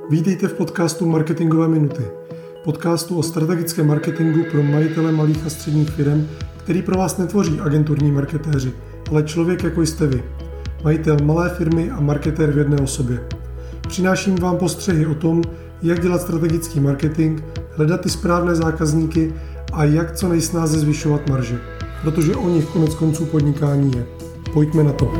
Vítejte v podcastu Marketingové minuty. Podcastu o strategickém marketingu pro majitele malých a středních firem, který pro vás netvoří agenturní marketéři, ale člověk jako jste vy. Majitel malé firmy a marketér v jedné osobě. Přináším vám postřehy o tom, jak dělat strategický marketing, hledat ty správné zákazníky a jak co nejsnáze zvyšovat marže. Protože o nich konec konců podnikání je. Pojďme na to.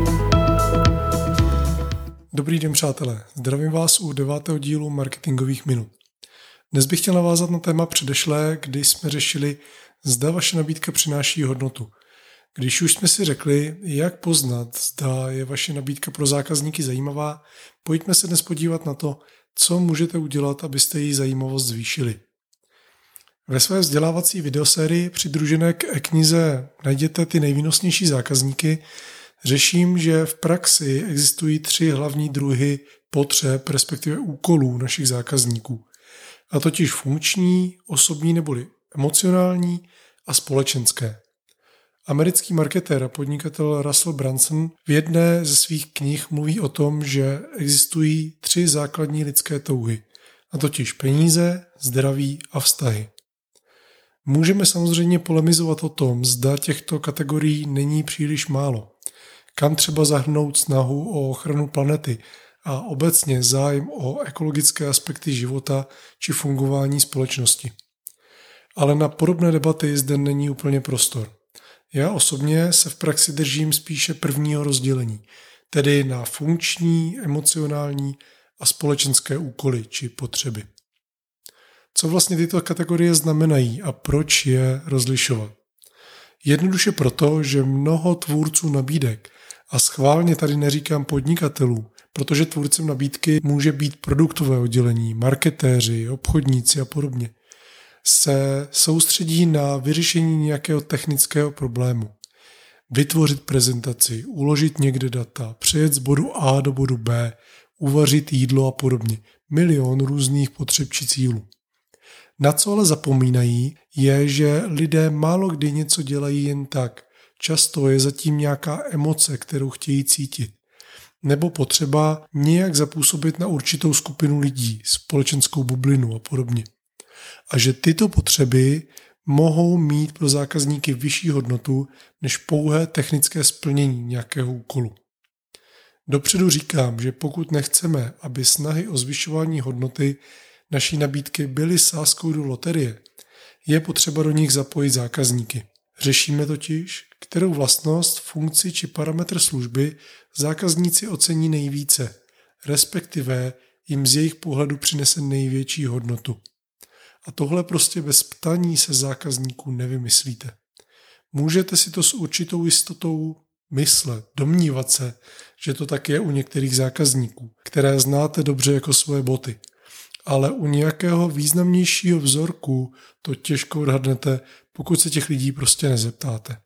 Dobrý den, přátelé. Zdravím vás u 9. dílu Marketingových minut. Dnes bych chtěl navázat na téma předešlé, kdy jsme řešili, zda vaše nabídka přináší hodnotu. Když už jsme si řekli, jak poznat, zda je vaše nabídka pro zákazníky zajímavá, pojďme se dnes podívat na to, co můžete udělat, abyste její zajímavost zvýšili. Ve své vzdělávací videosérii přidružené k e-knize Najděte ty nejvýnosnější zákazníky řeším, že v praxi existují 3 hlavní druhy potřeb, respektive úkolů našich zákazníků. A totiž funkční, osobní neboli emocionální a společenské. Americký marketér a podnikatel Russell Brunson v jedné ze svých knih mluví o tom, že existují 3 základní lidské touhy, a totiž peníze, zdraví a vztahy. Můžeme samozřejmě polemizovat o tom, zda těchto kategorií není příliš málo. Kam třeba zahrnout snahu o ochranu planety a obecně zájem o ekologické aspekty života či fungování společnosti. Ale na podobné debaty zde není úplně prostor. Já osobně se v praxi držím spíše prvního rozdělení, tedy na funkční, emocionální a společenské úkoly či potřeby. Co vlastně tyto kategorie znamenají a proč je rozlišovat? Jednoduše proto, že mnoho tvůrců nabídek, a schválně tady neříkám podnikatelů, protože tvůrcem nabídky může být produktové oddělení, marketéři, obchodníci a podobně, se soustředí na vyřešení nějakého technického problému. Vytvořit prezentaci, uložit někde data, přejet z bodu A do bodu B, uvařit jídlo a podobně. Milion různých potřeb či cílů. Na co ale zapomínají, je, že lidé málo kdy něco dělají jen tak. Často je zatím nějaká emoce, kterou chtějí cítit. Nebo potřeba nějak zapůsobit na určitou skupinu lidí, společenskou bublinu a podobně. A že tyto potřeby mohou mít pro zákazníky vyšší hodnotu než pouhé technické splnění nějakého úkolu. Dopředu říkám, že pokud nechceme, aby snahy o zvyšování hodnoty naší nabídky byly sázkou do loterie, je potřeba do nich zapojit zákazníky. Řešíme totiž, kterou vlastnost, funkci či parametr služby zákazníci ocení nejvíce, respektive jim z jejich pohledu přinese největší hodnotu. A tohle prostě bez ptání se zákazníků nevymyslíte. Můžete si to s určitou jistotou myslet, domnívat se, že to tak je u některých zákazníků, které znáte dobře jako svoje boty. Ale u nějakého významnějšího vzorku to těžko odhadnete, pokud se těch lidí prostě nezeptáte.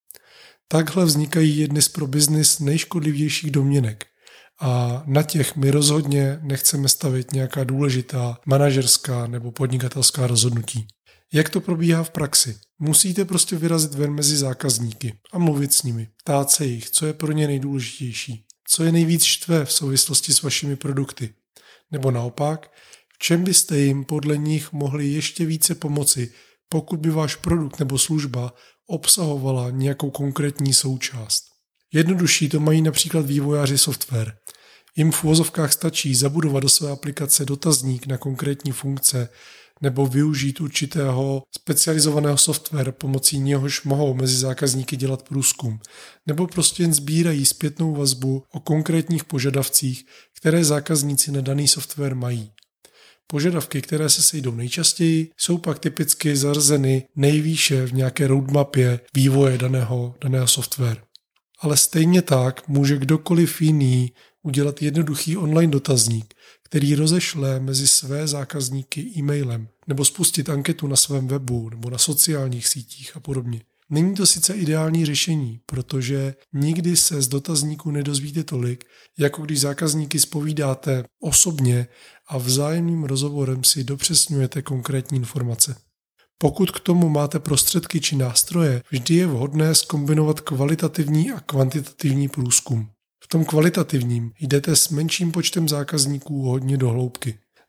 Takhle vznikají jedny z pro biznis nejškodlivějších domněnek a na těch my rozhodně nechceme stavit nějaká důležitá manažerská nebo podnikatelská rozhodnutí. Jak to probíhá v praxi? Musíte prostě vyrazit ven mezi zákazníky a mluvit s nimi, ptát se jich, co je pro ně nejdůležitější, co je nejvíc štve v souvislosti s vašimi produkty. Nebo naopak, v čem byste jim podle nich mohli ještě více pomoci, pokud by váš produkt nebo služba obsahovala nějakou konkrétní součást. Jednodušší to mají například vývojáři software. Jim v uvozovkách stačí zabudovat do své aplikace dotazník na konkrétní funkce nebo využít určitého specializovaného software, pomocí něhož mohou mezi zákazníky dělat průzkum, nebo prostě jen sbírají zpětnou vazbu o konkrétních požadavcích, které zákazníci na daný software mají. Požadavky, které se sejdou nejčastěji, jsou pak typicky zařazeny nejvýše v nějaké roadmapě vývoje daného software. Ale stejně tak může kdokoliv jiný udělat jednoduchý online dotazník, který rozešle mezi své zákazníky e-mailem, nebo spustit anketu na svém webu nebo na sociálních sítích a podobně. Není to sice ideální řešení, protože nikdy se z dotazníku nedozvíte tolik, jako když zákazníky zpovídáte osobně a vzájemným rozhovorem si dopřesňujete konkrétní informace. Pokud k tomu máte prostředky či nástroje, vždy je vhodné zkombinovat kvalitativní a kvantitativní průzkum. V tom kvalitativním jdete s menším počtem zákazníků hodně do hloubky.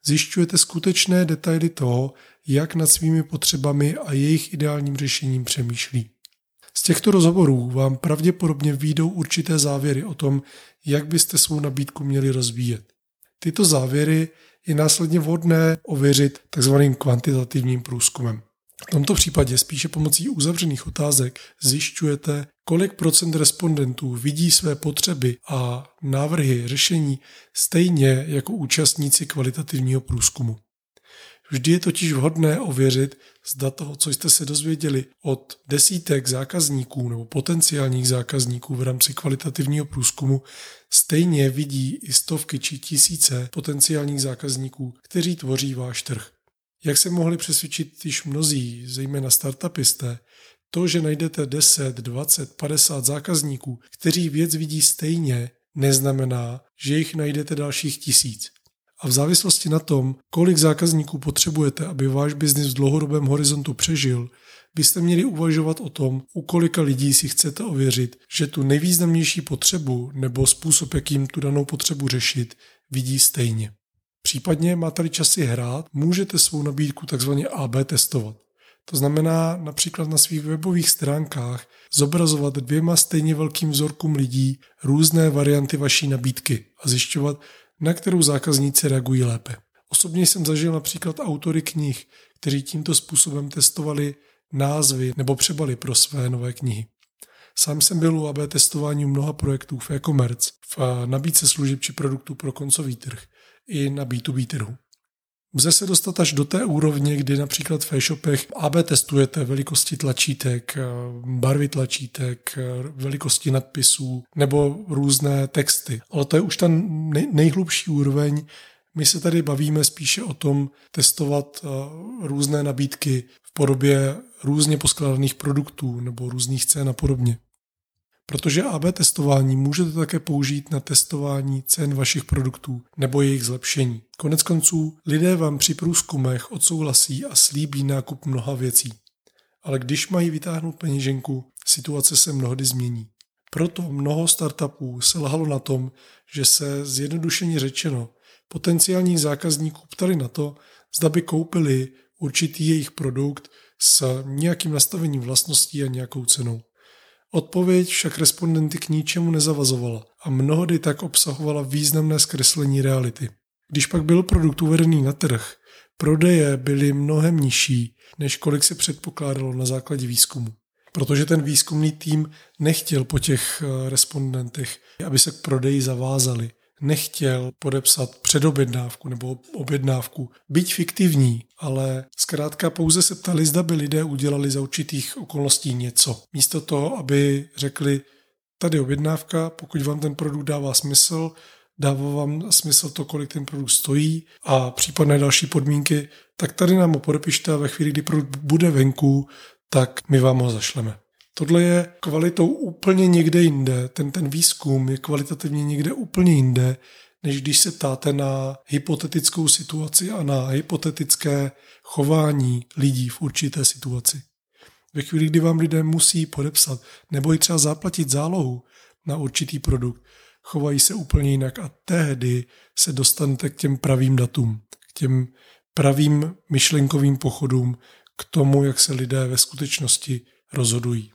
Zjišťujete skutečné detaily toho, jak nad svými potřebami a jejich ideálním řešením přemýšlí. Z těchto rozhovorů vám pravděpodobně vyjdou určité závěry o tom, jak byste svou nabídku měli rozvíjet. Tyto závěry je následně vhodné ověřit takzvaným kvantitativním průzkumem. V tomto případě spíše pomocí uzavřených otázek zjišťujete, kolik procent respondentů vidí své potřeby a návrhy řešení stejně jako účastníci kvalitativního průzkumu. Vždy je totiž vhodné ověřit, zda toho, co jste se dozvěděli od desítek zákazníků nebo potenciálních zákazníků v rámci kvalitativního průzkumu, stejně vidí i stovky či tisíce potenciálních zákazníků, kteří tvoří váš trh. Jak se mohli přesvědčit již mnozí, zejména startupisté, to, že najdete 10, 20, 50 zákazníků, kteří věc vidí stejně, neznamená, že jich najdete dalších 1000. A v závislosti na tom, kolik zákazníků potřebujete, aby váš biznis v dlouhodobém horizontu přežil, byste měli uvažovat o tom, u kolika lidí si chcete ověřit, že tu nejvýznamnější potřebu nebo způsob, jakým tu danou potřebu řešit, vidí stejně. Případně máte-li čas si hrát, můžete svou nabídku takzvaně AB testovat. To znamená například na svých webových stránkách zobrazovat 2 stejně velkým vzorkům lidí různé varianty vaší nabídky a zjišťovat, na kterou zákazníci reagují lépe. Osobně jsem zažil například autory knih, kteří tímto způsobem testovali názvy nebo přebaly pro své nové knihy. Sám jsem byl u AB testování mnoha projektů v e-commerce, v nabídce služeb či produktů pro koncový trh i na B2B trhu. Lze se dostat až do té úrovně, kdy například v e-shopech AB testujete velikosti tlačítek, barvy tlačítek, velikosti nadpisů nebo různé texty. Ale to je už ta nejhlubší úroveň. My se tady bavíme spíše o tom testovat různé nabídky v podobě různě poskládaných produktů nebo různých cen a podobně. Protože AB testování můžete také použít na testování cen vašich produktů nebo jejich zlepšení. Koneckonců lidé vám při průzkumech odsouhlasí a slíbí nákup mnoha věcí. Ale když mají vytáhnout peněženku, situace se mnohdy změní. Proto mnoho startupů selhalo na tom, že se zjednodušeně řečeno potenciálních zákazníků ptali na to, zda by koupili určitý jejich produkt s nějakým nastavením vlastností a nějakou cenou. Odpověď však respondenty k ničemu nezavazovala a mnohdy tak obsahovala významné zkreslení reality. Když pak byl produkt uvedený na trh, prodeje byly mnohem nižší, než kolik se předpokládalo na základě výzkumu. Protože ten výzkumný tým nechtěl po těch respondentech, aby se k prodeji zavázali. Nechtěl podepsat předobjednávku nebo objednávku, byť fiktivní, ale zkrátka pouze se ptali, zda by lidé udělali za určitých okolností něco. Místo toho, aby řekli, tady objednávka, pokud vám ten produkt dává smysl, dává vám smysl to, kolik ten produkt stojí a případné další podmínky, tak tady nám ho podepište a ve chvíli, kdy produkt bude venku, tak my vám ho zašleme. Tohle je kvalitou úplně někde jinde, ten výzkum je kvalitativně někde úplně jinde, než když se ptáte na hypotetickou situaci a na hypotetické chování lidí v určité situaci. Ve chvíli, kdy vám lidé musí podepsat nebo i třeba zaplatit zálohu na určitý produkt, chovají se úplně jinak a tehdy se dostanete k těm pravým datům, k těm pravým myšlenkovým pochodům, k tomu, jak se lidé ve skutečnosti rozhodují.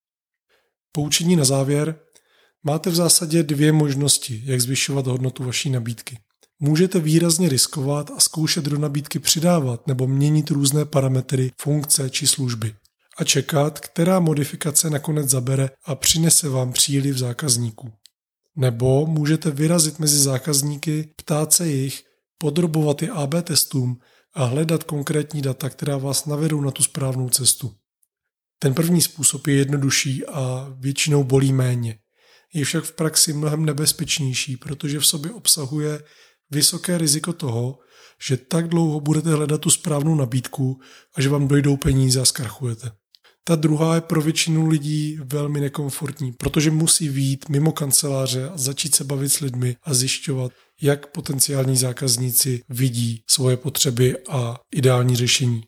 Poučení na závěr. Máte v zásadě 2 možnosti, jak zvyšovat hodnotu vaší nabídky. Můžete výrazně riskovat a zkoušet do nabídky přidávat nebo měnit různé parametry, funkce či služby. A čekat, která modifikace nakonec zabere a přinese vám příliv zákazníků. Nebo můžete vyrazit mezi zákazníky, ptát se jich, podrobovat je AB testům a hledat konkrétní data, která vás navedou na tu správnou cestu. Ten první způsob je jednodušší a většinou bolí méně. Je však v praxi mnohem nebezpečnější, protože v sobě obsahuje vysoké riziko toho, že tak dlouho budete hledat tu správnou nabídku a že vám dojdou peníze a zkrachujete. Ta druhá je pro většinu lidí velmi nekomfortní, protože musí vyjít mimo kanceláře a začít se bavit s lidmi a zjišťovat, jak potenciální zákazníci vidí svoje potřeby a ideální řešení.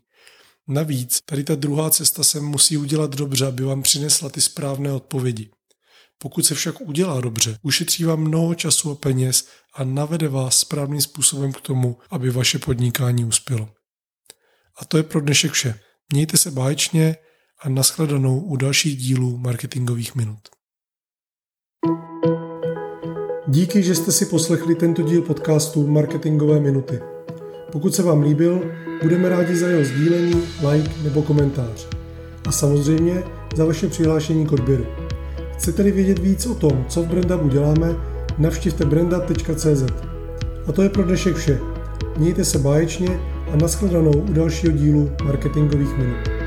Navíc tady ta druhá cesta se musí udělat dobře, aby vám přinesla ty správné odpovědi. Pokud se však udělá dobře, ušetří vám mnoho času a peněz a navede vás správným způsobem k tomu, aby vaše podnikání uspělo. A to je pro dnešek vše. Mějte se báječně a nashledanou u dalších dílů marketingových minut. Díky, že jste si poslechli tento díl podcastu Marketingové minuty. Pokud se vám líbil, budeme rádi za jeho sdílení, like nebo komentář. A samozřejmě za vaše přihlášení k odběru. Chcete-li vědět víc o tom, co v BrandHubu děláme, navštivte brandhub.cz. A to je pro dnešek vše. Mějte se báječně a nashledanou u dalšího dílu marketingových minut.